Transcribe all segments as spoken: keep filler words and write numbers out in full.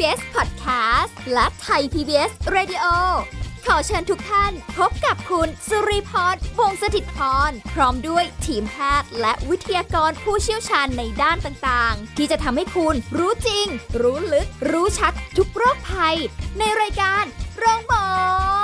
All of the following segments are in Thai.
เอส Podcast และ Thai พี บี เอส Radio ขอเชิญทุกท่านพบกับคุณสุริพร วงศ์สถิตพรพร้อมด้วยทีมแพทย์และวิทยากรผู้เชี่ยวชาญในด้านต่างๆที่จะทำให้คุณรู้จริงรู้ลึกรู้ชัดทุกโรคภัยในรายการโรงหมอ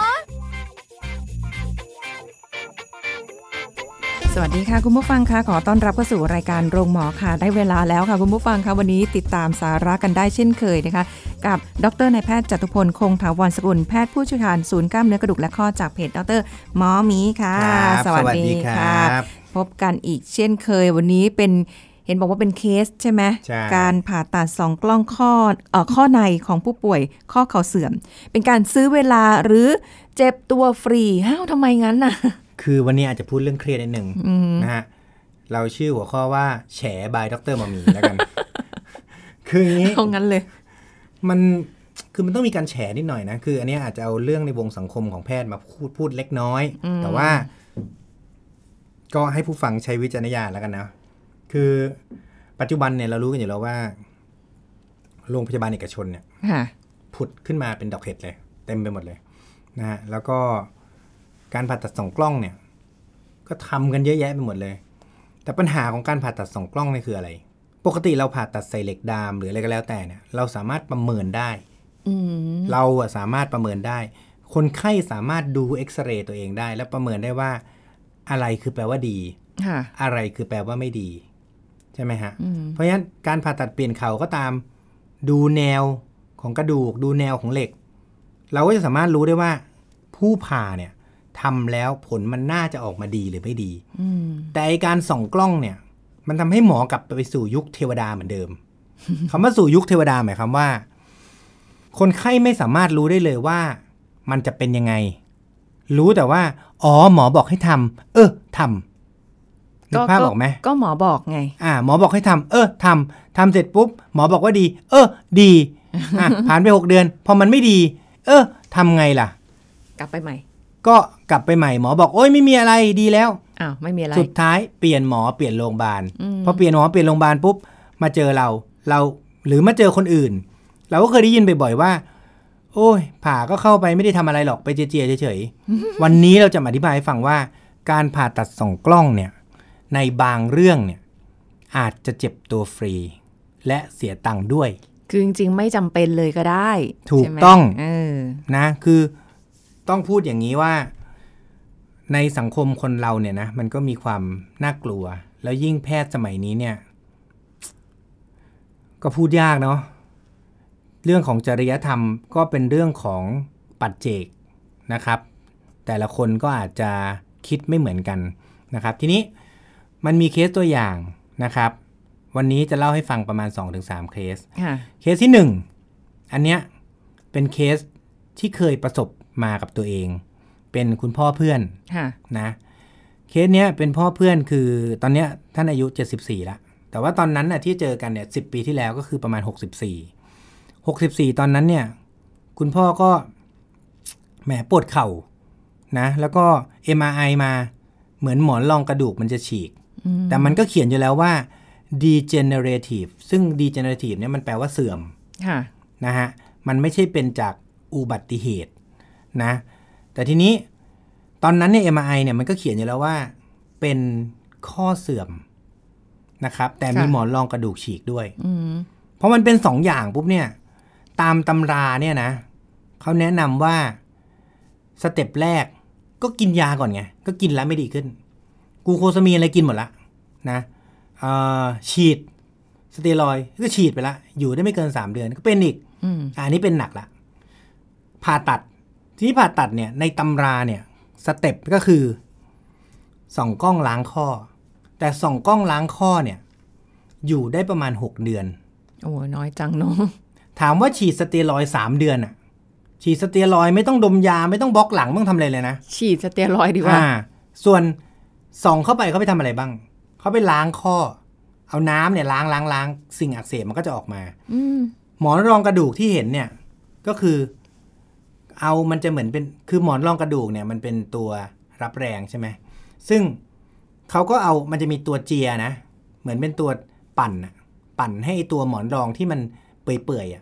สวัสดีค่ะคุณผู้ฟังค่ะขอต้อนรับเข้าสู่รายการโรงหมอค่ะได้เวลาแล้วค่ะคุณผู้ฟังค่ะวันนี้ติดตามสาระกันได้เช่นเคยนะคะกับดรนายแพทย์จตุพลคงถาวรสกุลแพทย์ผู้เชี่ยวชาญศูนย์กล้ามเนื้อกระดูกและข้อจากเพจดรหมอหมีค่ะสวัสดีค่ะพบกันอีกเช่นเคยวันนี้เป็นเห็นบอกว่าเป็นเคสใช่ไหมการผ่าตัดสองกล้องข้อเอ่อข้อในของผู้ป่วยข้อเข่าเสื่อมเป็นการซื้อเวลาหรือเจ็บตัวฟรีอ้าวทำไมงั้นน่ะคือวันนี้อาจจะพูดเรื่องเครียดนิดนึงนะฮะเราชื่อหัวข้อว่าแฉบายดรหมอหมีแล้วกัน คืออย่างนี้เอางั้นเลยมันคือมันต้องมีการแฉนิดหน่อยนะคืออันนี้อาจจะเอาเรื่องในวงสังคมของแพทย์มาพูดพูดเล็กน้อยแต่ว่าก็ให้ผู้ฟังใช้วิจารณญาณแล้วกันนะคือปัจจุบันเนี่ยเรารู้กันอยู่แล้วว่าโรงพยาบาลเอกชนเนี่ยผุดขึ้นมาเป็นดอกเห็ดเลยเต็มไปหมดเลยนะฮะแล้วก็การผ่าตัดสองกล้องเนี่ยก็ทำกันเยอะแยะไปหมดเลยแต่ปัญหาของการผ่าตัดสองกล้องนี่คืออะไรปกติเราผ่าตัดใส่เหล็กดามหรืออะไรก็แล้วแต่เนี่ยเราสามารถประเมินได้เราอะสามารถประเมินได้คนไข้สามารถดูเอ็กซเรย์ตัวเองได้แล้วประเมินได้ว่าอะไรคือแปลว่าดีอะไรคือแปลว่าไม่ดีใช่ไหมฮะเพราะฉะนั้นการผ่าตัดเปลี่ยนเข่าก็ตามดูแนวของกระดูกดูแนวของเหล็กเราก็จะสามารถรู้ได้ว่าผู้ผ่าเนี่ยทำแล้วผลมันน่าจะออกมาดีหรือไม่ดีแต่การส่องกล้องเนี่ยมันทำให้หมอกลับไปสู่ยุคเทวดาเหมือนเดิม คำว่าสู่ยุคเทวดาหมายความว่าคนไข้ไม่สามารถรู้ได้เลยว่ามันจะเป็นยังไงรู้แต่ว่าอ๋อหมอบอกให้ทำเออทำนึกภาพออกไหมก็หมอบอกไงอ่าหมอบอกให้ทำเออทำทำเสร็จปุ๊บหมอบอกว่าดีเออดีอ่ะผ่านไปหกเดือนพอมันไม่ดีเออทำไงล่ะกลับไปใหม่ก็กลับไปใหม่หมอบอกโอ๊ยไม่มีอะไรดีแล้วอ้าวไม่มีอะไรสุดท้ายเปลี่ยนหมอเปลี่ยนโรงพยาบาลพอเปลี่ยนหมอเปลี่ยนโรงพยาบาลปุ๊บมาเจอเราเราหรือมาเจอคนอื่นเราก็เคยได้ยินบ่อยๆว่าโอ้ยผ่าก็เข้าไปไม่ได้ทำอะไรหรอกไปเจียๆเฉยๆ วันนี้เราจะมาอธิบายให้ฟังว่าการผ่าตัดสองกล้องเนี่ยในบางเรื่องเนี่ยอาจจะเจ็บตัวฟรีและเสียตังค์ด้วยคือจริงๆไม่จำเป็นเลยก็ได้ถูกต้องเออนะคือต้องพูดอย่างนี้ว่าในสังคมคนเราเนี่ยนะมันก็มีความน่ากลัวแล้วยิ่งแพทย์สมัยนี้เนี่ยก็พูดยากเนาะเรื่องของจริยธรรมก็เป็นเรื่องของปัจเจกนะครับแต่ละคนก็อาจจะคิดไม่เหมือนกันนะครับทีนี้มันมีเคสตัวอย่างนะครับวันนี้จะเล่าให้ฟังประมาณ สองถึงสาม เคสเคสที่หนึ่งอันเนี้ยเป็นเคสที่เคยประสบมากับตัวเองเป็นคุณพ่อเพื่อนนะเคสเนี้ยเป็นพ่อเพื่อนคือตอนเนี้ยท่านอายุเจ็ดสิบสี่ละแต่ว่าตอนนั้นน่ะที่เจอกันเนี่ยสิบปีที่แล้วก็คือประมาณหกสิบสี่ หกสิบสี่ตอนนั้นเนี่ยคุณพ่อก็แหมปวดเข่านะแล้วก็ เอ็ม อาร์ ไอ มาเหมือนหมอนรองกระดูกมันจะฉีกแต่มันก็เขียนอยู่แล้วว่า degenerative ซึ่ง degenerative เนี่ยมันแปลว่าเสื่อมนะฮะมันไม่ใช่เป็นจากอุบัติเหตุนะแต่ทีนี้ตอนนั้นเนี่ย เอ็ม อาร์ ไอ เนี่ยมันก็เขียนอยู่แล้วว่าเป็นข้อเสื่อมนะครับแต่มีหมอนรองกระดูกฉีกด้วยเพราะมันเป็นสองอย่างปุ๊บเนี่ยตามตำราเนี่ยนะเขาแนะนำว่าสเต็ปแรกก็กินยาก่อนไงก็กินแล้วไม่ดีขึ้นกูโคซามีนอะไรกินหมดละนะฉีดสเตียรอยด์ก็ฉีดไปละอยู่ได้ไม่เกินสามเดือนก็เป็นอีกอันนี้เป็นหนักละผ่าตัดที่ผ่าตัดเนี่ยในตำราเนี่ยสเต็ปก็คือส่องกล้องล้างข้อแต่ส่องกล้องล้างข้อเนี่ยอยู่ได้ประมาณหกเดือนโอ้น้อยจังเนาะถามว่าฉีดสเตียรอยด์สามเดือนอะฉีดสเตียรอยด์ไม่ต้องดมยาไม่ต้องบล็อกหลังไม่ต้องทำอะไรเลยนะฉีดสเตียรอยด์ดีกว่าส่วนส่องเข้าไปเขาไปทำอะไรบ้างเขาไปล้างข้อเอาน้ำเนี่ยล้างล้างล้างสิ่งอักเสบมันก็จะออกมาหมอนรองกระดูกที่เห็นเนี่ยก็คือเอามันจะเหมือนเป็นคือหมอนรองกระดูกเนี่ยมันเป็นตัวรับแรงใช่ไหมซึ่งเขาก็เอามันจะมีตัวเจียนะเหมือนเป็นตัวปั่นปั่นให้ตัวหมอนรองที่มันเปื่อยๆอ่ะ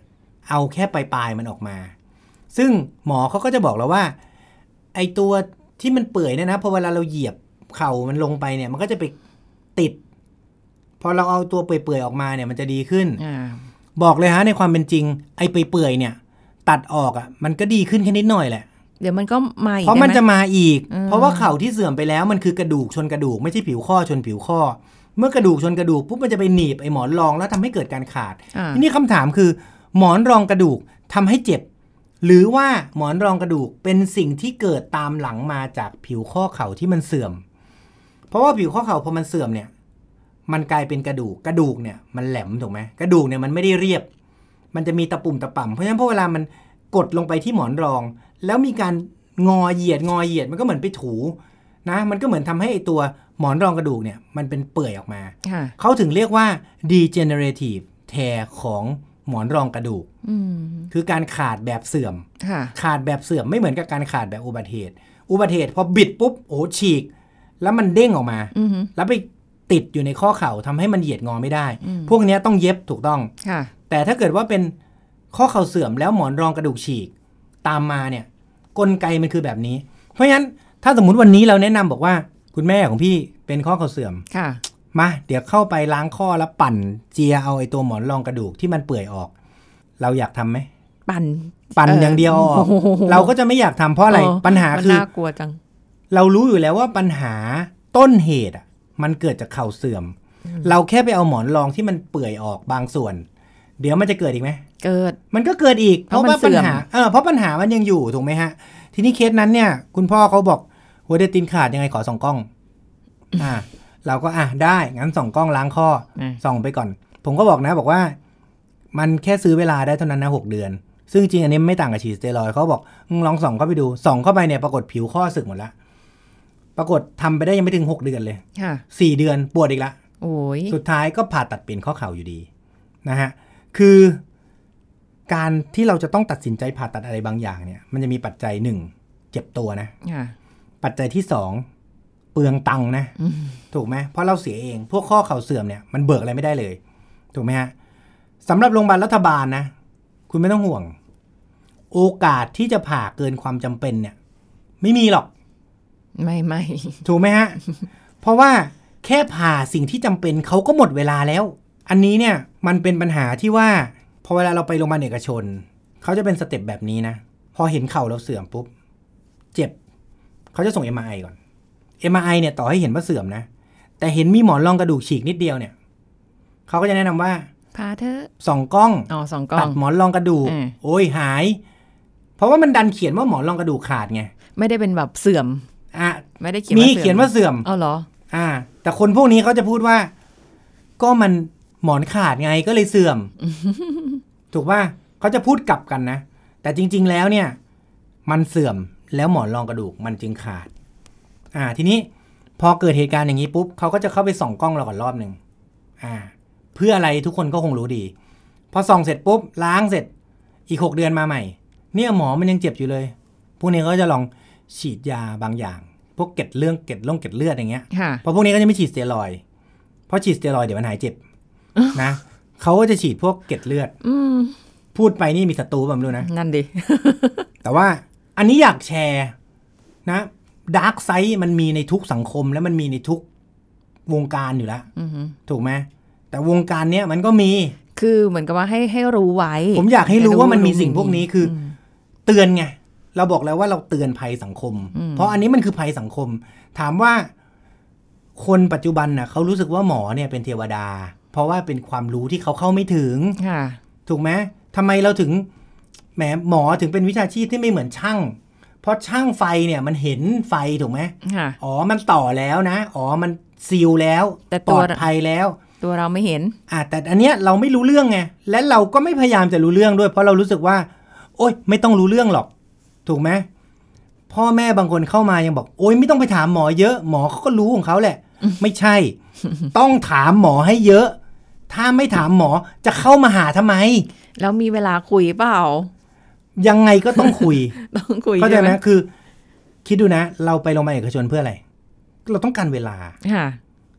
เอาแค่ปลายๆมันออกมาซึ่งหมอเขาก็จะบอกเราว่าไอตัวที่มันเปื่อยเนี่ยนะพอเวลาเราเหยียบเข่ามันลงไปเนี่ยมันก็จะไปติดพอเราเอาตัวเปื่อยๆออกมาเนี่ยมันจะดีขึ้นบอกเลยฮะในความเป็นจริงไอเปื่อยๆเนี่ยตัดออกอ่ะมันก็ดีขึ้นแค่นิดหน่อยแหละเดี๋ยวมันก็มาอีกเพราะมันจะมาอีกเพราะว่าเข่าที่เสื่อมไปแล้วมันคือกระดูกชนกระดูกไม่ใช่ผิวข้อชนผิวข้อเมื่อกระดูกชนกระดูกปุ๊บมันจะไปหนีบไอหมอนรองแล้วทำให้เกิดการขาดทีนี้คำถามคือหมอนรองกระดูกทำให้เจ็บหรือว่าหมอนรองกระดูกเป็นสิ่งที่เกิดตามหลังมาจากผิวข้อเข่าที่มันเสื่อมเพราะว่าผิวข้อเข่าพอมันเสื่อมเนี่ยมันกลายเป็นกระดูกกระดูกเนี่ยมันแหลมถูกไหมกระดูกเนี่ยมันไม่ได้เรียบมันจะมีตะปุ่มตะป่ำเพราะฉะนั้นพอเวลามันกดลงไปที่หมอนรองแล้วมีการงอเหยียดงอเหยียดมันก็เหมือนไปถูนะมันก็เหมือนทำให้ไอตัวหมอนรองกระดูกเนี่ยมันเป็นเปื่อยออกมาเขาถึงเรียกว่า degenerative tear ของหมอนรองกระดูกคือการขาดแบบเสื่อมขาดแบบเสื่อมไม่เหมือนกับการขาดแบบอุบัติเหตุอุบัติเหตุพอบิดปุ๊บโอ้ฉีกแล้วมันเด้งออกมาแล้วไปติดอยู่ในข้อเข่าทำให้มันเหยียดงอไม่ได้พวกนี้ต้องเย็บถูกต้องแต่ถ้าเกิดว่าเป็นข้อเข่าเสื่อมแล้วหมอนรองกระดูกฉีกตามมาเนี่ยกลไกมันคือแบบนี้เพราะฉะนั้นถ้าสมมุติวันนี้เราแนะนำบอกว่าคุณแม่ของพี่เป็นข้อเข่าเสื่อมมาเดี๋ยวเข้าไปล้างข้อแล้วปั่นเจียเอาไอ้ตัวหมอนรองกระดูกที่มันเปื่อยออกเราอยากทำไหมปั่นปั่นอย่างเดียวออกเราก็จะไม่อยากทำเพราะอะไรปัญหาคือน่ากลัวจังเรารู้อยู่แล้วว่าปัญหาต้นเหตุอ่ะมันเกิดจากเข่าเสื่อมเราแค่ไปเอาหมอนรองที่มันเปื่อยออกบางส่วนเดี๋ยวมันจะเกิดอีกไหมเกิดมันก็เกิดอีกเพราะว่าปัญหาเออเพราะปัญหามันยังอยู่ถูกไหมฮะทีนี้เคสนั้นเนี่ยคุณพ่อเขาบอกหัวเดตินขาดยังไงขอส่องกล้องอ่าเราก็อ่ะได้งั้นส่องกล้องล้างข้อส่องไปก่อนผมก็บอกนะบอกว่ามันแค่ซื้อเวลาได้เท่านั้นนะหกเดือนซึ่งจริงอันนี้ไม่ต่างกับฉีดสเตียรอยด์เขาบอกลองส่องเข้าไปดูส่องเข้าไปเนี่ยปรากฏผิวข้อสึกหมดแล้วปรากฏทำไปได้ยังไม่ถึงหกเดือนเลยสี่เดือนปวดอีกละโอ้ยสุดท้ายก็ผ่าตัดเปลี่ยนข้อเข่าอยู่ดีนะฮะคือการที่เราจะต้องตัดสินใจผ่าตัดอะไรบางอย่างเนี่ยมันจะมีปัจจัยหนึ่งเจ็บตัวนะปัจจัยที่สองเปลืองตังค์นะถูกไหมเพราะเราเสียเองพวกข้อเข่าเสื่อมเนี่ยมันเบิกอะไรไม่ได้เลยถูกไหมฮะสำหรับโรงพยาบาลรัฐบาลนะคุณไม่ต้องห่วงโอกาสที่จะผ่าเกินความจำเป็นเนี่ยไม่มีหรอกไม่ไม่ถูกไหมฮะ เพราะว่าแค่ผ่าสิ่งที่จำเป็นเขาก็หมดเวลาแล้วอันนี้เนี่ยมันเป็นปัญหาที่ว่าพอเวลาเราไปโรงพยาบาลเอกชนเขาจะเป็นสเต็ปแบบนี้นะพอเห็นเข่าเราเสื่อมปุ๊บเจ็บเขาจะส่ง เอ็ม อาร์ ไอ ก่อน เอ็ม อาร์ ไอ เนี่ยต่อให้เห็นว่าเสื่อมนะแต่เห็นมีหมอนรองกระดูกฉีกนิดเดียวเนี่ยเขาก็จะแนะนำว่าผ่าเถอะส่องกล้องอ๋อส่องกล้องตัดหมอนรองกระดูกโอ้ยหายเพราะว่ามันดันเขียนว่าหมอนรองกระดูกขาดไงไม่ได้เป็นแบบเสื่อมอ่ะไม่ได้เขียนมีเขียนว่าเสื่อมอ๋อเหรออ่าแต่คนพวกนี้เขาจะพูดว่าก็มันหมอนขาดไงก็เลยเสื่อม ถูกป่ะเขาจะพูดกลับกันนะแต่จริงๆแล้วเนี่ยมันเสื่อมแล้วหมอนรองกระดูกมันจึงขาดอ่าทีนี้พอเกิดเหตุการณ์อย่างนี้ปุ๊บเขาก็จะเข้าไปส่องกล้องเราก่อนรอบนึงอ่าเพื่ออะไรทุกคนก็คงรู้ดีพอส่องเสร็จปุ๊บล้างเสร็จอีกหกเดือนมาใหม่เนี่ยหมอมันยังเจ็บอยู่เลยพวกนี้ก็จะลองฉีดยาบางอย่างพวกเกล็ดเลือดเกล็ดลงเกล็ดเลือดอย่างเงี้ยเพราะพวกนี้ก็จะไม่ฉีดสเตียรอยด์เพราะฉีดสเตียรอยด์เดี๋ยวมันหายเจ็บนะเขาก็จะฉีดพวกเกล็ดเลือดพูดไปนี่มีศัตรูป่ะไม่รู้นะนั่นดิแต่ว่าอันนี้อยากแชร์นะดาร์กไซด์มันมีในทุกสังคมและมันมีในทุกวงการอยู่แล้วถูกไหมแต่วงการเนี้ยมันก็มีคือเหมือนกับว่าให้ให้รู้ไว้ผมอยากให้รู้ว่ามันมีสิ่งพวกนี้คือเตือนไงเราบอกแล้วว่าเราเตือนภัยสังคมเพราะอันนี้มันคือภัยสังคมถามว่าคนปัจจุบันน่ะเขารู้สึกว่าหมอเนี่ยเป็นเทวดาเพราะว่าเป็นความรู้ที่เขาเข้าไม่ถึงถูกไหมทำไมเราถึงแหมหมอถึงเป็นวิชาชีพที่ไม่เหมือนช่างเพราะช่างไฟเนี่ยมันเห็นไฟถูกไหมอ๋อมันต่อแล้วนะอ๋อมันซีลแล้วปลอดภัยแล้วตัวเราไม่เห็นอ่ะแต่อันเนี้ยเราไม่รู้เรื่องไงและเราก็ไม่พยายามจะรู้เรื่องด้วยเพราะเรารู้สึกว่าโอ๊ยไม่ต้องรู้เรื่องหรอกถูกไหมพ่อแม่บางคนเข้ามายังบอกโอ๊ยไม่ต้องไปถามหมอเยอะหมอเขาก็รู้ของเขาแหละ ไม่ใช่ ต้องถามหมอให้เยอะถ้าไม่ถามหมอจะเข้ามาหาทำไมแล้วมีเวลาคุยเปล่ายังไงก็ต้องคุยต้องคุยเข้าใจไหมคือคิดดูนะเราไปโรงพยาบาลเอกชนเพื่ออะไรเราต้องการเวลา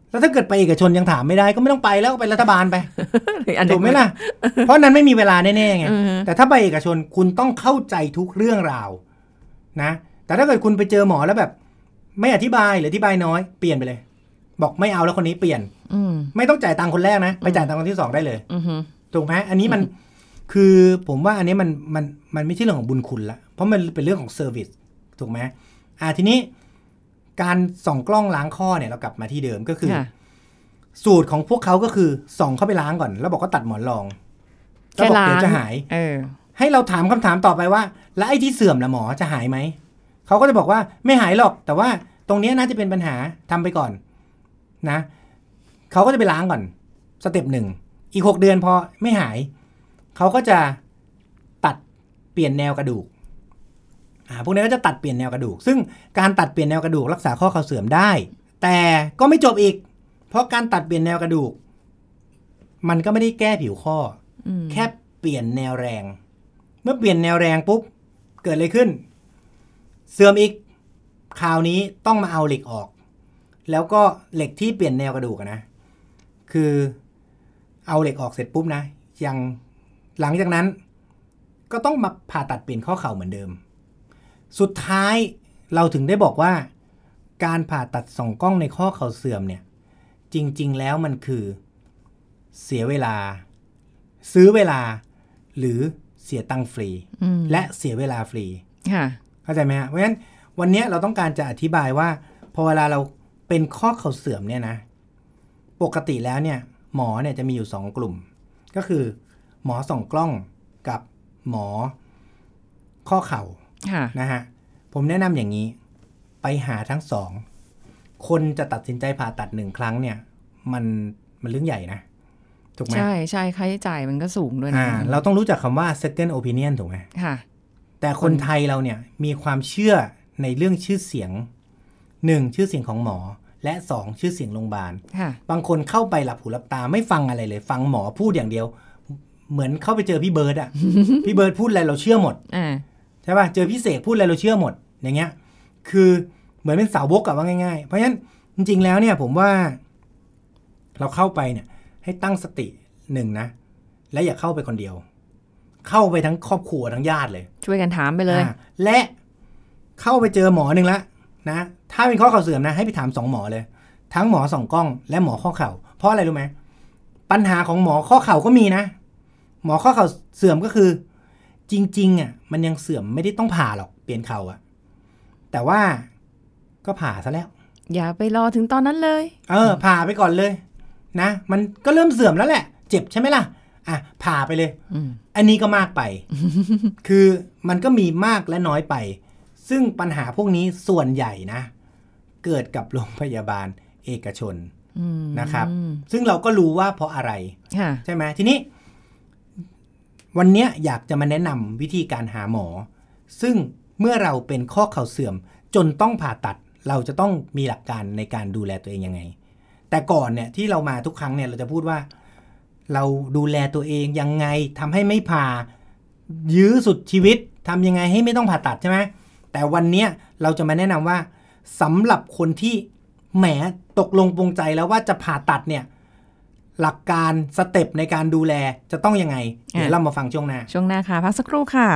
แล้วถ้าเกิดไปเอกชนยังถามไม่ได้ก็ไม่ต้องไปแล้วไปรัฐบาลไป ถูกไหมล่ะเพเพราะนั้นไม่มีเวลาแน่ๆไงอือฮึแต่ถ้าไปเอกชนคุณต้องเข้าใจทุกเรื่องราวนะแต่ถ้าเกิดคุณไปเจอหมอแล้วแบบไม่อธิบายหรืออธิบายน้อยเปลี่ยนไปเลยบอกไม่เอาแล้วคนนี้เปลี่ยนอืมไม่ต้องจ่ายตังค์คนแรกนะไปจ่ายตังค์คนที่สองได้เลยอือฮึถูกไหมอันนี้มันคือผมว่าอันนี้มันมันมันไม่ใช่เรื่องของบุญคุณละเพราะมันเป็นเรื่องของเซอร์วิสถูกไหมอ่าทีนี้การส่องกล้องล้างข้อเนี่ยเรากลับมาที่เดิมก็คือค่ะสูตรของพวกเขาก็คือส่องเข้าไปล้างก่อนแล้วบอกว่าตัดหมอนรองแล้วบอกเดี๋ยวจะหายเออให้เราถามคำถามต่อไปว่าแล้วไอ้ที่เสื่อมล่ะหมอจะหายไหมเขาก็จะบอกว่าไม่หายหรอกแต่ว่าตรงนี้น่าจะเป็นปัญหาทำไปก่อนนะเขาก็จะไปล้างก่อนสเต็ปหนึ่งอีกหกเดือนพอไม่หายเขาก็จะตัดเปลี่ยนแนวกระดูกอ่าพวกนี้ก็จะตัดเปลี่ยนแนวกระดูกซึ่งการตัดเปลี่ยนแนวกระดูกรักษาข้อเข่าเสื่อมได้แต่ก็ไม่จบอีกเพราะการตัดเปลี่ยนแนวกระดูกมันก็ไม่ได้แก้ผิวข้ออมแค่เปลี่ยนแนวแรงเมื่อเปลี่ยนแนวแรงปุ๊บเกิดอะไรขึ้นเสื่อมอีกคราวนี้ต้องมาเอาเหล็กออกแล้วก็เหล็กที่เปลี่ยนแนวกระดูกนะคือเอาเหล็กออกเสร็จปุ๊บนะยังหลังจากนั้นก็ต้องมาผ่าตัดเปลี่ยนข้อเข่าเหมือนเดิมสุดท้ายเราถึงได้บอกว่าการผ่าตัดส่องกล้องในข้อเข่าเสื่อมเนี่ยจริงๆแล้วมันคือเสียเวลาซื้อเวลาหรือเสียตังค์ฟรีและเสียเวลาฟรีค่ะเข้าใจไหมฮะเพราะฉะนั้นวันนี้เราต้องการจะอธิบายว่าพอเวลาเราเป็นข้อเข่าเสื่อมเนี่ยนะปกติแล้วเนี่ยหมอเนี่ยจะมีอยู่สองกลุ่มก็คือหมอส่องกล้องกับหมอข้อเข่าค่ะนะฮะผมแนะนำอย่างนี้ไปหาทั้งสองคนจะตัดสินใจผ่าตัดหนึ่งครั้งเนี่ยมันมันเรื่องใหญ่นะถูกไหมใช่ใช่ค่าใช้จ่ายมันก็สูงด้วยนะอ่าเราต้องรู้จักคำว่า second opinion ถูกไหมค่ะแต่คนไทยเราเนี่ยมีความเชื่อในเรื่องชื่อเสียงหนึ่งชื่อเสียงของหมอและสองชื่อเสียงโรงพยาบาลค่ะบางคนเข้าไปหลับหูหลับตาไม่ฟังอะไรเลยฟังหมอพูดอย่างเดียวเหมือนเข้าไปเจอพี่เบิร์ดอะ พี่เบิร์ดพูดอะไรเราเชื่อหมดอ่าใช่ป่ะเจอพี่เสกพูดอะไรเราเชื่อหมดอย่างเงี้ยคือเหมือนเป็นสาวกอะว่าง่ายๆเพราะฉะนั้นจริงๆแล้วเนี่ยผมว่าเราเข้าไปเนี่ยให้ตั้งสติหนึ่งนะและอย่าเข้าไปคนเดียวเข้าไปทั้งครอบครัวทั้งญาติเลยช่วยกันถามไปเลยอ่าและเข้าไปเจอหมอหนึ่งละนะถ้าเป็นข้อเข่าเสื่อมนะให้ไปถามสองหมอเลยทั้งหมอส่องกล้องและหมอข้อเข่าเพราะอะไรรู้ไหมปัญหาของหมอข้อเข่าก็มีนะหมอข้อเข่าเสื่อมก็คือจริงๆอ่ะมันยังเสื่อมไม่ได้ต้องผ่าหรอกเปลี่ยนเข่าอ่ะแต่ว่าก็ผ่าซะแล้วอย่าไปรอถึงตอนนั้นเลยเออผ่าไปก่อนเลยนะมันก็เริ่มเสื่อมแล้วแหละเจ็บใช่ไหมล่ะอ่ะผ่าไปเลยอืมอันนี้ก็มากไป คือมันก็มีมากและน้อยไป ซึ่งปัญหาพวกนี้ส่วนใหญ่นะ เกิดกับโรงพยาบาลเอกชนอืมนะครับ ซึ่งเราก็รู้ว่าเพราะอะไรค่ะใช่ไหมทีนี้ วันนี้อยากจะมาแนะนำวิธีการหาหมอ ซึ่งเมื่อเราเป็นข้อเข่าเสื่อมจนต้องผ่าตัด เราจะต้องมีหลักการในการดูแลตัวเองยังไง แต่ก่อนเนี่ยที่เรามาทุกครั้งเนี่ยเราจะพูดว่า เราดูแลตัวเองยังไงทำให้ไม่ผ่ายื้อสุดชีวิตทำยังไงให้ไม่ต้องผ่าตัดใช่ไหมแต่วันนี้เราจะมาแนะนำว่าสำหรับคนที่แหมตกลงปลงใจแล้วว่าจะผ่าตัดเนี่ยหลักการสเต็ปในการดูแลจะต้องยังไงเดี๋ยวเรามาฟังช่วงหน้าช่วงหน้าค่ะพักสักครู่ค่ะ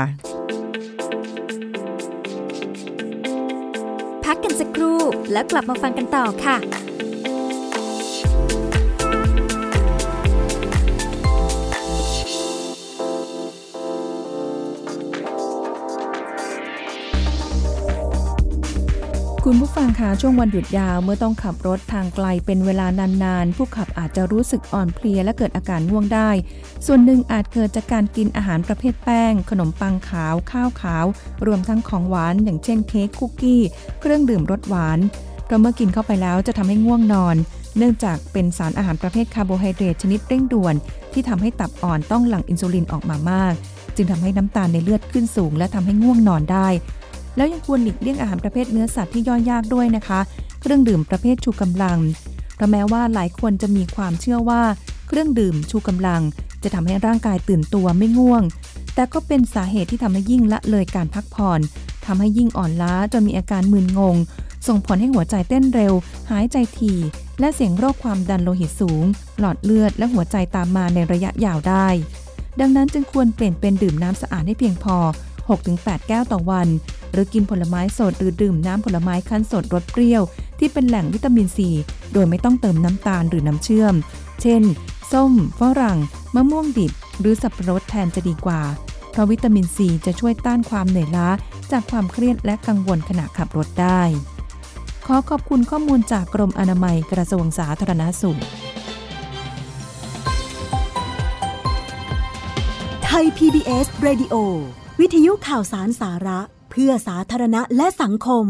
พักกันสักครู่แล้วกลับมาฟังกันต่อค่ะคุณผู้ฟังคะช่วงวันหยุดยาวเมื่อต้องขับรถทางไกลเป็นเวลานานๆผู้ขับอาจจะรู้สึกอ่อนเพลียและเกิดอาการง่วงได้ส่วนหนึ่งอาจเกิดจากการกินอาหารประเภทแป้งขนมปังขาวข้าวขาวรวมทั้งของหวานอย่างเช่นเค้กคุกกี้เครื่องดื่มรสหวานเพราะเมื่อกินเข้าไปแล้วจะทำให้ง่วงนอนเนื่องจากเป็นสารอาหารประเภทคาร์โบไฮเดรตชนิดเร่งด่วนที่ทำให้ตับอ่อนต้องหลั่งอินซูลินออกมามากจึงทำให้น้ำตาลในเลือดขึ้นสูงและทำให้ง่วงนอนได้แล้วยังควรหลีกเลี่ยงอาหารประเภทเนื้อสัตว์ที่ย่อยยากด้วยนะคะเครื่องดื่มประเภทชูกำลังเพราะแม้ว่าหลายคนจะมีความเชื่อว่าเครื่องดื่มชูกำลังจะทำให้ร่างกายตื่นตัวไม่ง่วงแต่ก็เป็นสาเหตุที่ทำให้ยิ่งละเลยการพักผ่อนทำให้ยิ่งอ่อนล้าจนมีอาการมึนงงส่งผลให้หัวใจเต้นเร็วหายใจถี่และเสี่ยงโรคความดันโลหิตสูงหลอดเลือดและหัวใจตามมาในระยะยาวได้ดังนั้นจึงควรเปลี่ยนเป็นดื่มน้ำสะอาดให้เพียงพอ หกถึงแปด แก้วต่อวันหรือกินผลไม้สดหรือดื่มน้ำผลไม้คั้นสดรสเปรี้ยวที่เป็นแหล่งวิตามินซีโดยไม่ต้องเติมน้ำตาลหรือน้ำเชื่อมเช่นส้มฝรั่งมะม่วงดิบหรือสับปะรดแทนจะดีกว่าเพราะวิตามินซีจะช่วยต้านความเหนื่อยล้าจากความเครียดและกังวลขณะขับรถได้ขอขอบคุณข้อมูลจากกรมอนามัยกระทรวงสาธารณสุขไทย พี บี เอส Radio วิทยุข่าวสารสาระเพื่อสาธารณะและสังคม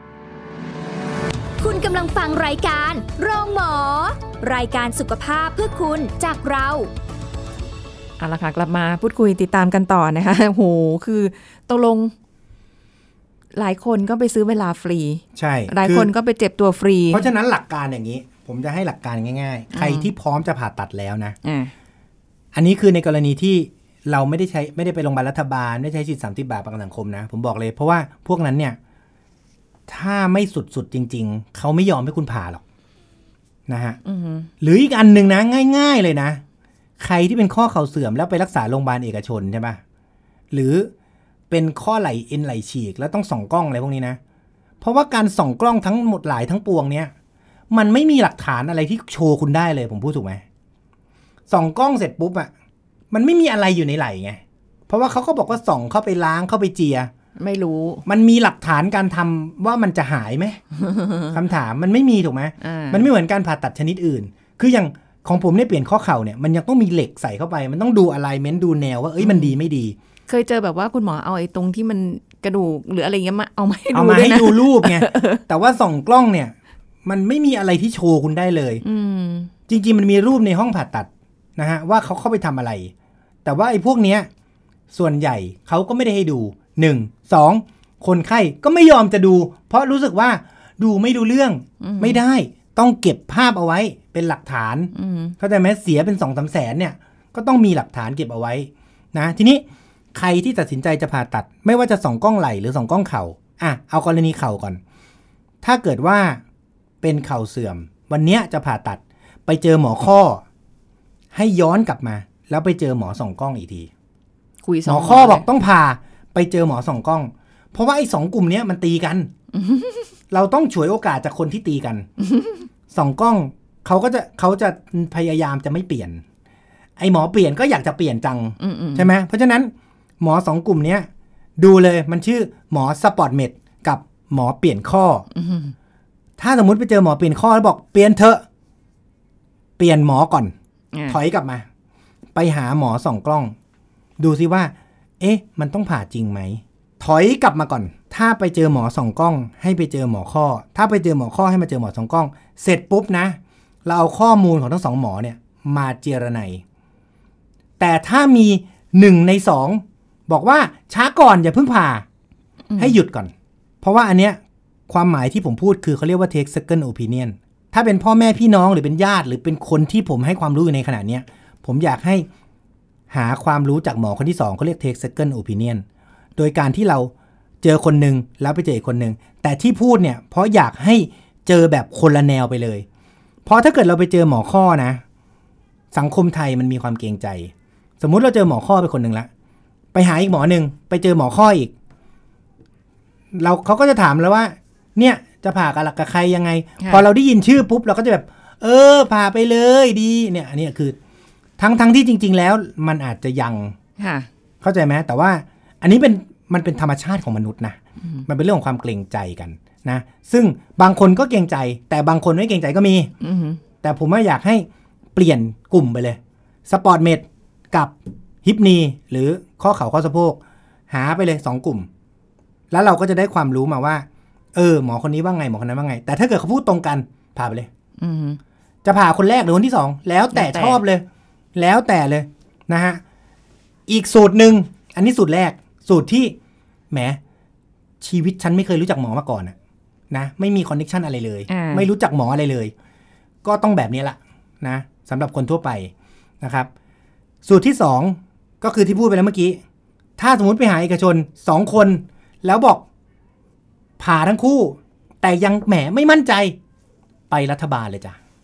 คุณกำลังฟังรายการโรงหมอรายการสุขภาพเพื่อคุณจากเราเอาล่ะค่ะกลับมาพูดคุยติดตามกันต่อนะคะโหคือตกลงหลายคนก็ไปซื้อเวลาฟรีใช่หลายคนก็ไปเจ็บตัวฟรีเพราะฉะนั้นหลักการอย่างนี้ผมจะให้หลักการง่ายๆใครที่พร้อมจะผ่าตัดแล้วนะ อ, อันนี้คือในกรณีที่เราไม่ได้ใช้ไม่ได้ไปโรงพยาบาลรัฐบาลไม่ได้ใช้สิทธิสามสิบบาทประกันสังคมนะผมบอกเลยเพราะว่าพวกนั้นเนี่ยถ้าไม่สุดๆจริงๆเขาไม่ยอมให้คุณผ่าหรอกนะฮะหรืออีกอันนึงนะง่ายๆเลยนะใครที่เป็นข้อเข่าเสื่อมแล้วไปรักษาโรงพยาบาลเอกชนใช่ป่ะหรือเป็นข้อไหล่เอ็นไหล่ฉีกแล้วต้องส่องกล้องอะไรพวกนี้นะเพราะว่าการส่องกล้องทั้งหมดหลายทั้งปวงเนี้ยมันไม่มีหลักฐานอะไรที่โชว์คุณได้เลยผมพูดถูกไหมส่องกล้องเสร็จปุ๊บอะมันไม่มีอะไรอยู่ในไหล่ไงเพราะว่าเขาก็บอกว่าส่องเข้าไปล้างเข้าไปเจียไม่รู้มันมีหลักฐานการทำว่ามันจะหายไหม คำถามมันไม่มีถูกไหมมันไม่เหมือนการผ่าตัดชนิดอื่นคืออย่างของผมเนี่ยเปลี่ยนข้อเข่าเนี่ยมันยังต้องมีเหล็กใส่เข้าไปมันต้องดูอะไลเมนต์ดูแนวว่าเอ้ยมันดีไม่ดีเคยเจอแบบว่าคุณหมอเอาไอ้ตรงที่มันกระดูกหรืออะไรเงี้ยมาเอามาให้ดูเอามาให้ดูรูปไง แต่ว่าส่องกล้องเนี่ยมันไม่มีอะไรที่โชว์คุณได้เลยจริงๆมันมีรูปในห้องผ่าตัดนะฮะว่าเขาเข้าไปทำอะไรแต่ว่าไอ้พวกเนี้ยส่วนใหญ่เขาก็ไม่ได้ให้ดูหนึ่ง สองคนไข้ก็ไม่ยอมจะดูเพราะรู้สึกว่าดูไม่ดูเรื่องไม่ได้ต้องเก็บภาพเอาไว้เป็นหลักฐานเข้าใจไหมเสียเป็น สองถึงสาม แสนเนี่ยก็ต้องมีหลักฐานเก็บเอาไว้นะทีนี้ใครที่ตัดสินใจจะผ่าตัดไม่ว่าจะส่องกล้องไหล่หรือส่องกล้องเข่าอ่ะเอากรณีเข่าก่อนถ้าเกิดว่าเป็นเข่าเสื่อมวันนี้จะผ่าตัดไปเจอหมอข้อให้ย้อนกลับมาแล้วไปเจอหมอส่องกล้องอีกทีคุยหมอข้อบอกต้องผ่าไปเจอหมอส่องกล้องเพราะว่าไอ้สองกลุ่มนี้มันตีกัน เราต้องฉวยโอกาสจากคนที่ตีกัน ส่องกล้องเขาก็จะเขาจะพยายามจะไม่เปลี่ยนไอ้หมอเปลี่ยนก็อยากจะเปลี่ยนจังใช่ไหมเพราะฉะนั้นหมอสองกลุ่มนี้ดูเลยมันชื่อหมอสปอร์ตเมดกับหมอเปลี่ยนข้อถ้าสมมุติไปเจอหมอเปลี่ยนข้อแล้วบอกเปลี่ยนเถอะเปลี่ยนหมอก่อนถอยกลับมาไปหาหมอส่องกล้องดูซิว่าเอ๊ะมันต้องผ่าจริงไหมถอยกลับมาก่อนถ้าไปเจอหมอส่องกล้องให้ไปเจอหมอข้อถ้าไปเจอหมอข้อให้มาเจอหมอส่องกล้องเสร็จปุ๊บนะเราเอาข้อมูลของทั้งสองหมอเนี่ยมาเจรไนแต่ถ้ามีหนึ่งในสองบอกว่าช้าก่อนอย่าเพิ่งผ่าให้หยุดก่อนเพราะว่าอันเนี้ยความหมายที่ผมพูดคือเขาเรียกว่า take second opinion ถ้าเป็นพ่อแม่พี่น้องหรือเป็นญาติหรือเป็นคนที่ผมให้ความรู้อยู่ในขณะเนี้ยผมอยากให้หาความรู้จากหมอคนที่สองเขาเรียก take second opinion โดยการที่เราเจอคนหนึ่งแล้วไปเจออีกคนหนึ่งแต่ที่พูดเนี่ยเพราะอยากให้เจอแบบคนละแนวไปเลยเพราะถ้าเกิดเราไปเจอหมอข้อนะสังคมไทยมันมีความเกรงใจสมมุติเราเจอหมอข้อไปคนหนึ่งละไปหาอีกหมอหนึ่งไปเจอหมอข้ออีกเราเขาก็จะถามแล้วว่าเนี่ยจะผ่ากับกับใครยังไงพอเราได้ยินชื่อปุ๊บเราก็จะแบบเออผ่าไปเลยดีเนี่ยอันนี้คือทั้งทั้งที่จริงๆแล้วมันอาจจะยังเข้าใจไหมแต่ว่าอันนี้เป็นมันเป็นธรรมชาติของมนุษย์นะมันเป็นเรื่องของความเกรงใจกันนะซึ่งบางคนก็เกรงใจแต่บางคนไม่เกรงใจก็มีแต่ผมว่าอยากให้เปลี่ยนกลุ่มไปเลยสปอร์ตเมดกับฮิปนีหรือข้อเข่าข้อสะโพกหาไปเลยสองกลุ่มแล้วเราก็จะได้ความรู้มาว่าเออหมอคนนี้ว่าไงหมอคนนั้นว่าไงแต่ถ้าเกิดเขาพูดตรงกันผ่าไปเลยจะผ่าคนแรกหรือคนที่สองแล้วแต่ชอบเลยแล้วแต่เลยนะฮะอีกสูตรหนึ่งอันนี้สูตรแรกสูตรที่แหมชีวิตฉันไม่เคยรู้จักหมอมาก่อนนะไม่มีคอนเนคชั่นอะไรเลยไม่รู้จักหมออะไรเลยก็ต้องแบบนี้แหละนะสำหรับคนทั่วไปนะครับสูตรที่สองก็คือที่พูดไปแล้วเมื่อกี้ถ้าสมมุติไปหาเอกชนสองคนแล้วบอกผ่าทั้งคู่แต่ยังแหมไม่มั่นใจไปรัฐบาลเลยจ้ะ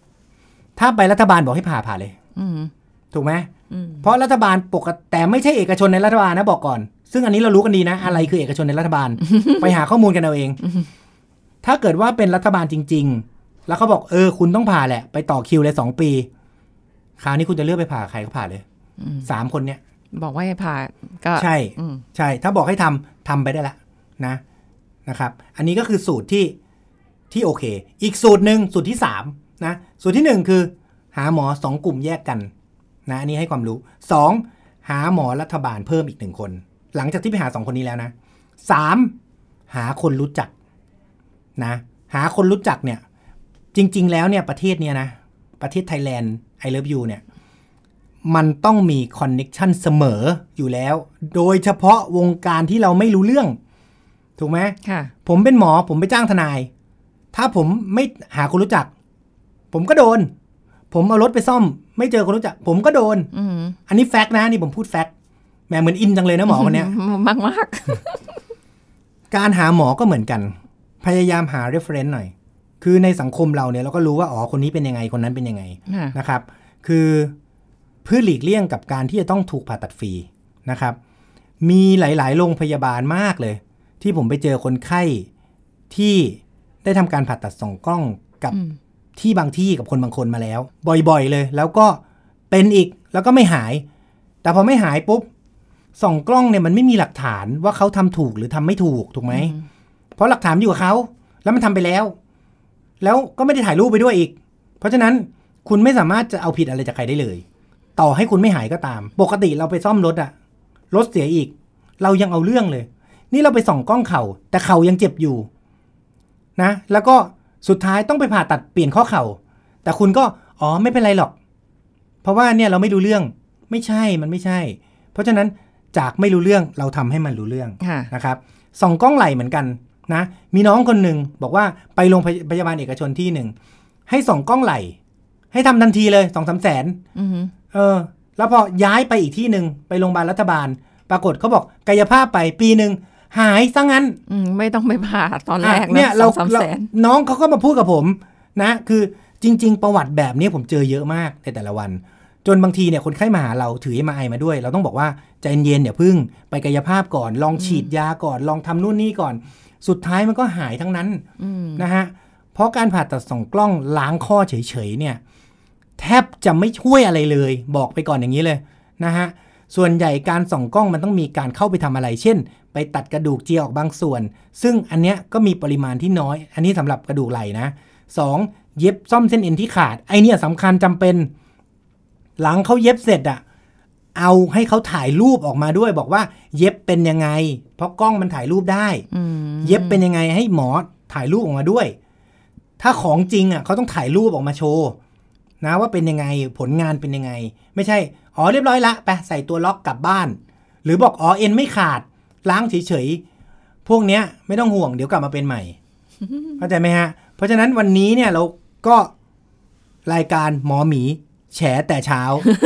ถ้าไปรัฐบาลบอกให้ผ่าผ่าเลยถูกไหมเพราะรัฐบาลปกติแต่ไม่ใช่เอกชนในรัฐบาลนะบอกก่อนซึ่งอันนี้เรารู้กันดีนะอะไรคือเอกชนในรัฐบาล ไปหาข้อมูลกันเอาเองถ้าเกิดว่าเป็นรัฐบาลจริงๆแล้วเขาบอกเออคุณต้องผ่าแหละไปต่อคิวเลยสองปีคราวนี้คุณจะเลือกไปผ่าใครก็ผ่าเลยสามคนเนี้ยบอกว่าให้ผ่าก็ใช่ใช่ถ้าบอกให้ทำทำไปได้ละนะนะครับอันนี้ก็คือสูตรที่ที่โอเคอีกสูตรหนึ่งสูตรที่สามนะสูตรที่หนึ่งคือหาหมอสองกลุ่มแยกกันนะอันนี้ให้ความรู้สองหาหมอรัฐบาลเพิ่มอีกหนึ่งคนหลังจากที่ไปหาสองคนนี้แล้วนะสามหาคนรู้จักนะหาคนรู้จักเนี่ยจริงๆแล้วเนี่ยประเทศเนี้ยนะประเทศไทยแลนด์ I love you เนี่ยมันต้องมีคอนเน็กชันเสมออยู่แล้วโดยเฉพาะวงการที่เราไม่รู้เรื่องถูกไหมค่ะผมเป็นหมอผมไปจ้างทนายถ้าผมไม่หาคนรู้จักผมก็โดนผมเอารถไปซ่อมไม่เจอคนรู้จักผมก็โดน อ, อันนี้แฟกต์นะนี่ผมพูดแฟกต์แหมเหมือนอินจังเลยนะหมอคนเนี้ยมากมากการหาหมอก็เหมือนกันพยายามหา reference หน่อยคือในสังคมเราเนี่ยเราก็รู้ว่าอ๋อคนนี้เป็นยังไงคนนั้นเป็นยังไงนะครับคือเพื่อหลีกเลี่ยงกับการที่จะต้องถูกผ่าตัดฟรีนะครับมีหลายๆโรงพยาบาลมากเลยที่ผมไปเจอคนไข้ที่ได้ทำการผ่าตัดส่องกล้องกับที่บางที่กับคนบางคนมาแล้วบ่อยๆเลยแล้วก็เป็นอีกแล้วก็ไม่หายแต่พอไม่หายปุ๊บส่องกล้องเนี่ยมันไม่มีหลักฐานว่าเขาทำถูกหรือทำไม่ถูกถูกไหมเพราะหลักฐานอยู่กับเขาแล้วมันทำไปแล้วแล้วก็ไม่ได้ถ่ายรูปไปด้วยอีกเพราะฉะนั้นคุณไม่สามารถจะเอาผิดอะไรจากใครได้เลยต่อให้คุณไม่หายก็ตามปกติเราไปซ่อมรถอะรถเสียอีกเรายังเอาเรื่องเลยนี่เราไปส่องกล้องเข่าแต่เข่ายังเจ็บอยู่นะแล้วก็สุดท้ายต้องไปผ่าตัดเปลี่ยนข้อเข่าแต่คุณก็อ๋อไม่เป็นไรหรอกเพราะว่าเนี่ยเราไม่รู้เรื่องไม่ใช่มันไม่ใช่เพราะฉะนั้นจากไม่รู้เรื่องเราทำให้มันรู้เรื่องนะครับส่องกล้องไหล่เหมือนกันนะมีน้องคนหนึ่งบอกว่าไปโรงพยาบาลเอกชนที่หนึ่งให้ส่องกล้องไหล่ให้ทำทันทีเลยสองสามแสนเออแล้วพอย้ายไปอีกที่หนึ่งไปโรงพยาบาลรัฐบาลปรากฏเขาบอกกายภาพไปปีหนึ่งหายซะงั้นไม่ต้องไปผ่าตอนแรกเนี่ยเราน้องเขาก็มาพูดกับผมนะคือจริงๆประวัติแบบนี้ผมเจอเยอะมากในแต่ละวันจนบางทีเนี่ยคนไข้มาหาเราถือ เอ็ม อาร์ ไอ มาด้วยเราต้องบอกว่าใจเย็นๆอย่าพึ่งไปกายภาพก่อนลองฉีดยาก่อนลองทำนู่นนี่ก่อนสุดท้ายมันก็หายทั้งนั้นนะฮะเพราะการผ่าตัดส่องกล้องล้างข้อเฉยๆเนี่ยแทบจะไม่ช่วยอะไรเลยบอกไปก่อนอย่างนี้เลยนะฮะส่วนใหญ่การส่องกล้องมันต้องมีการเข้าไปทำอะไรเช่นไปตัดกระดูกเจียออกบางส่วนซึ่งอันเนี้ยก็มีปริมาณที่น้อยอันนี้สำหรับกระดูกไหล่นะสองเย็บซ่อมเส้นเอ็นที่ขาดไอเนี่ยสำคัญจำเป็นหลังเขาเย็บเสร็จอะเอาให้เขาถ่ายรูปออกมาด้วยบอกว่าเย็บเป็นยังไงเพราะกล้องมันถ่ายรูปได้เย็บเป็นยังไงให้หมอถ่ายรูปออกมาด้วยถ้าของจริงอะเขาต้องถ่ายรูปออกมาโชว์นะว่าเป็นยังไงผลงานเป็นยังไงไม่ใช่อ๋อเรียบร้อยละไปใส่ตัวล็อกกลับบ้านหรือบอกอ๋อเอ็นไม่ขาดล้างเฉยๆพวกเนี้ยไม่ต้องห่วงเดี๋ยวกลับมาเป็นใหม่เข้าใจไหมฮะเพราะฉะนั้นวันนี้เนี่ยเราก็รายการหมอหมีแฉแต่เช้า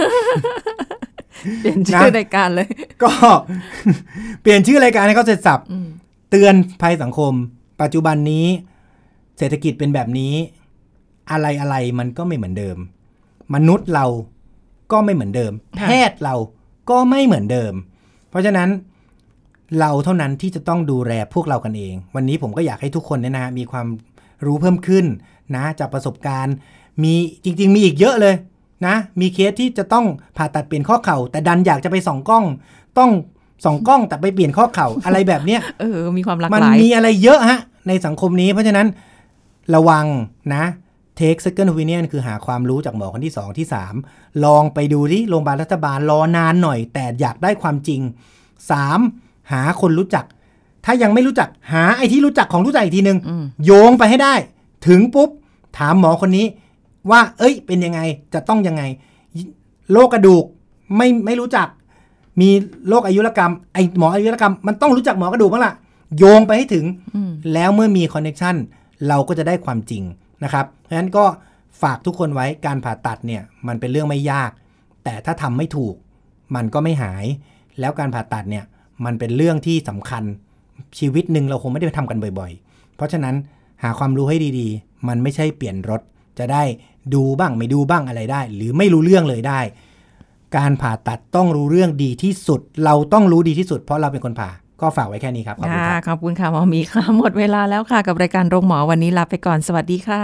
เปลี่ยนชื่อรายการเลยก็เปลี่ยนชื่อรายการให้เขาเสร็จสับเตือนภัยสังคมปัจจุบันนี้เศรษฐกิจเป็นแบบนี้อะไรอะไรมันก็ไม่เหมือนเดิมมนุษย์เราก็ไม่เหมือนเดิมแพทย์เราก็ไม่เหมือนเดิมเพราะฉะนั้นเราเท่านั้นที่จะต้องดูแลพวกเรากันเองวันนี้ผมก็อยากให้ทุกคนเนี่ยนะมีความรู้เพิ่มขึ้นนะจากประสบการณ์มีจริงๆมีอีกเยอะเลยนะมีเคสที่จะต้องผ่าตัดเปลี่ยนข้อเข่าแต่ดันอยากจะไปส่องกล้องต้องส่องกล้องแต่ไปเปลี่ยนข้อเข่าอะไรแบบเนี้ยเออมีความหลากหลายมันมีอะไรเยอะฮะในสังคมนี้เพราะฉะนั้นระวังนะtake second opinion คือหาความรู้จากหมอคนที่สองที่สามลองไปดูที่โรงพยาบาลรัฐบาลรอนานหน่อยแต่อยากได้ความจริงสามหาคนรู้จักถ้ายังไม่รู้จักหาไอ้ที่รู้จักของรู้จักอีกทีนึงโยงไปให้ได้ถึงปุ๊บถามหมอคนนี้ว่าเอ้ยเป็นยังไงจะต้องยังไงโรคกระดูกไม่ไม่รู้จักมีโรคอายุรกรรมไอ้หมออายุรกรรมมันต้องรู้จักหมอกระดูกบ้างล่ะโยงไปให้ถึงแล้วเมื่อมีคอนเนคชั่นเราก็จะได้ความจริงนะครับเพราะฉะนั้นก็ฝากทุกคนไว้การผ่าตัดเนี่ยมันเป็นเรื่องไม่ยากแต่ถ้าทำไม่ถูกมันก็ไม่หายแล้วการผ่าตัดเนี่ยมันเป็นเรื่องที่สำคัญชีวิตหนึ่งเราคงไม่ได้ไปทำกันบ่อยๆเพราะฉะนั้นหาความรู้ให้ดีๆมันไม่ใช่เปลี่ยนรถจะได้ดูบ้างไม่ดูบ้างอะไรได้หรือไม่รู้เรื่องเลยได้การผ่าตัดต้องรู้เรื่องดีที่สุดเราต้องรู้ดีที่สุดเพราะเราเป็นคนผ่าก็ฝากไว้แค่นี้ครับขอบคุณครับขอบคุณค่ะหมอหมีค่ะหมดเวลาแล้วค่ะกับรายการโรงหมอวันนี้ลาไปก่อนสวัสดีค่ะ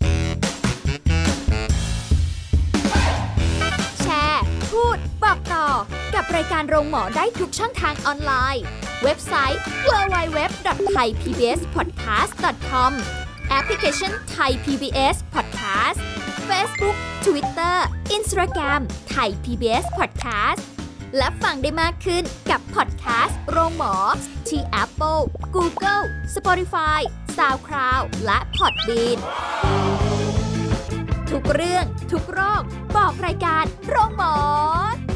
แชร์พูดบอกต่อกับรายการโรงหมอได้ทุกช่องทางออนไลน์เว็บไซต์ ดับเบิลยู ดับเบิลยู ดับเบิลยู ดอท ไทย พี บี เอส พอดแคสต์ ดอท คอม แอปพลิเคชัน Thai พี บี เอส Podcast Facebook Twitter Instagram Thai พี บี เอส Podcast และฟังได้มากขึ้นกับพอดแคสต์โรงหมอที่ Apple, Google, Spotify, SoundCloud และ Podbean ทุกเรื่องทุกโรคบอกรายการโรงหมอ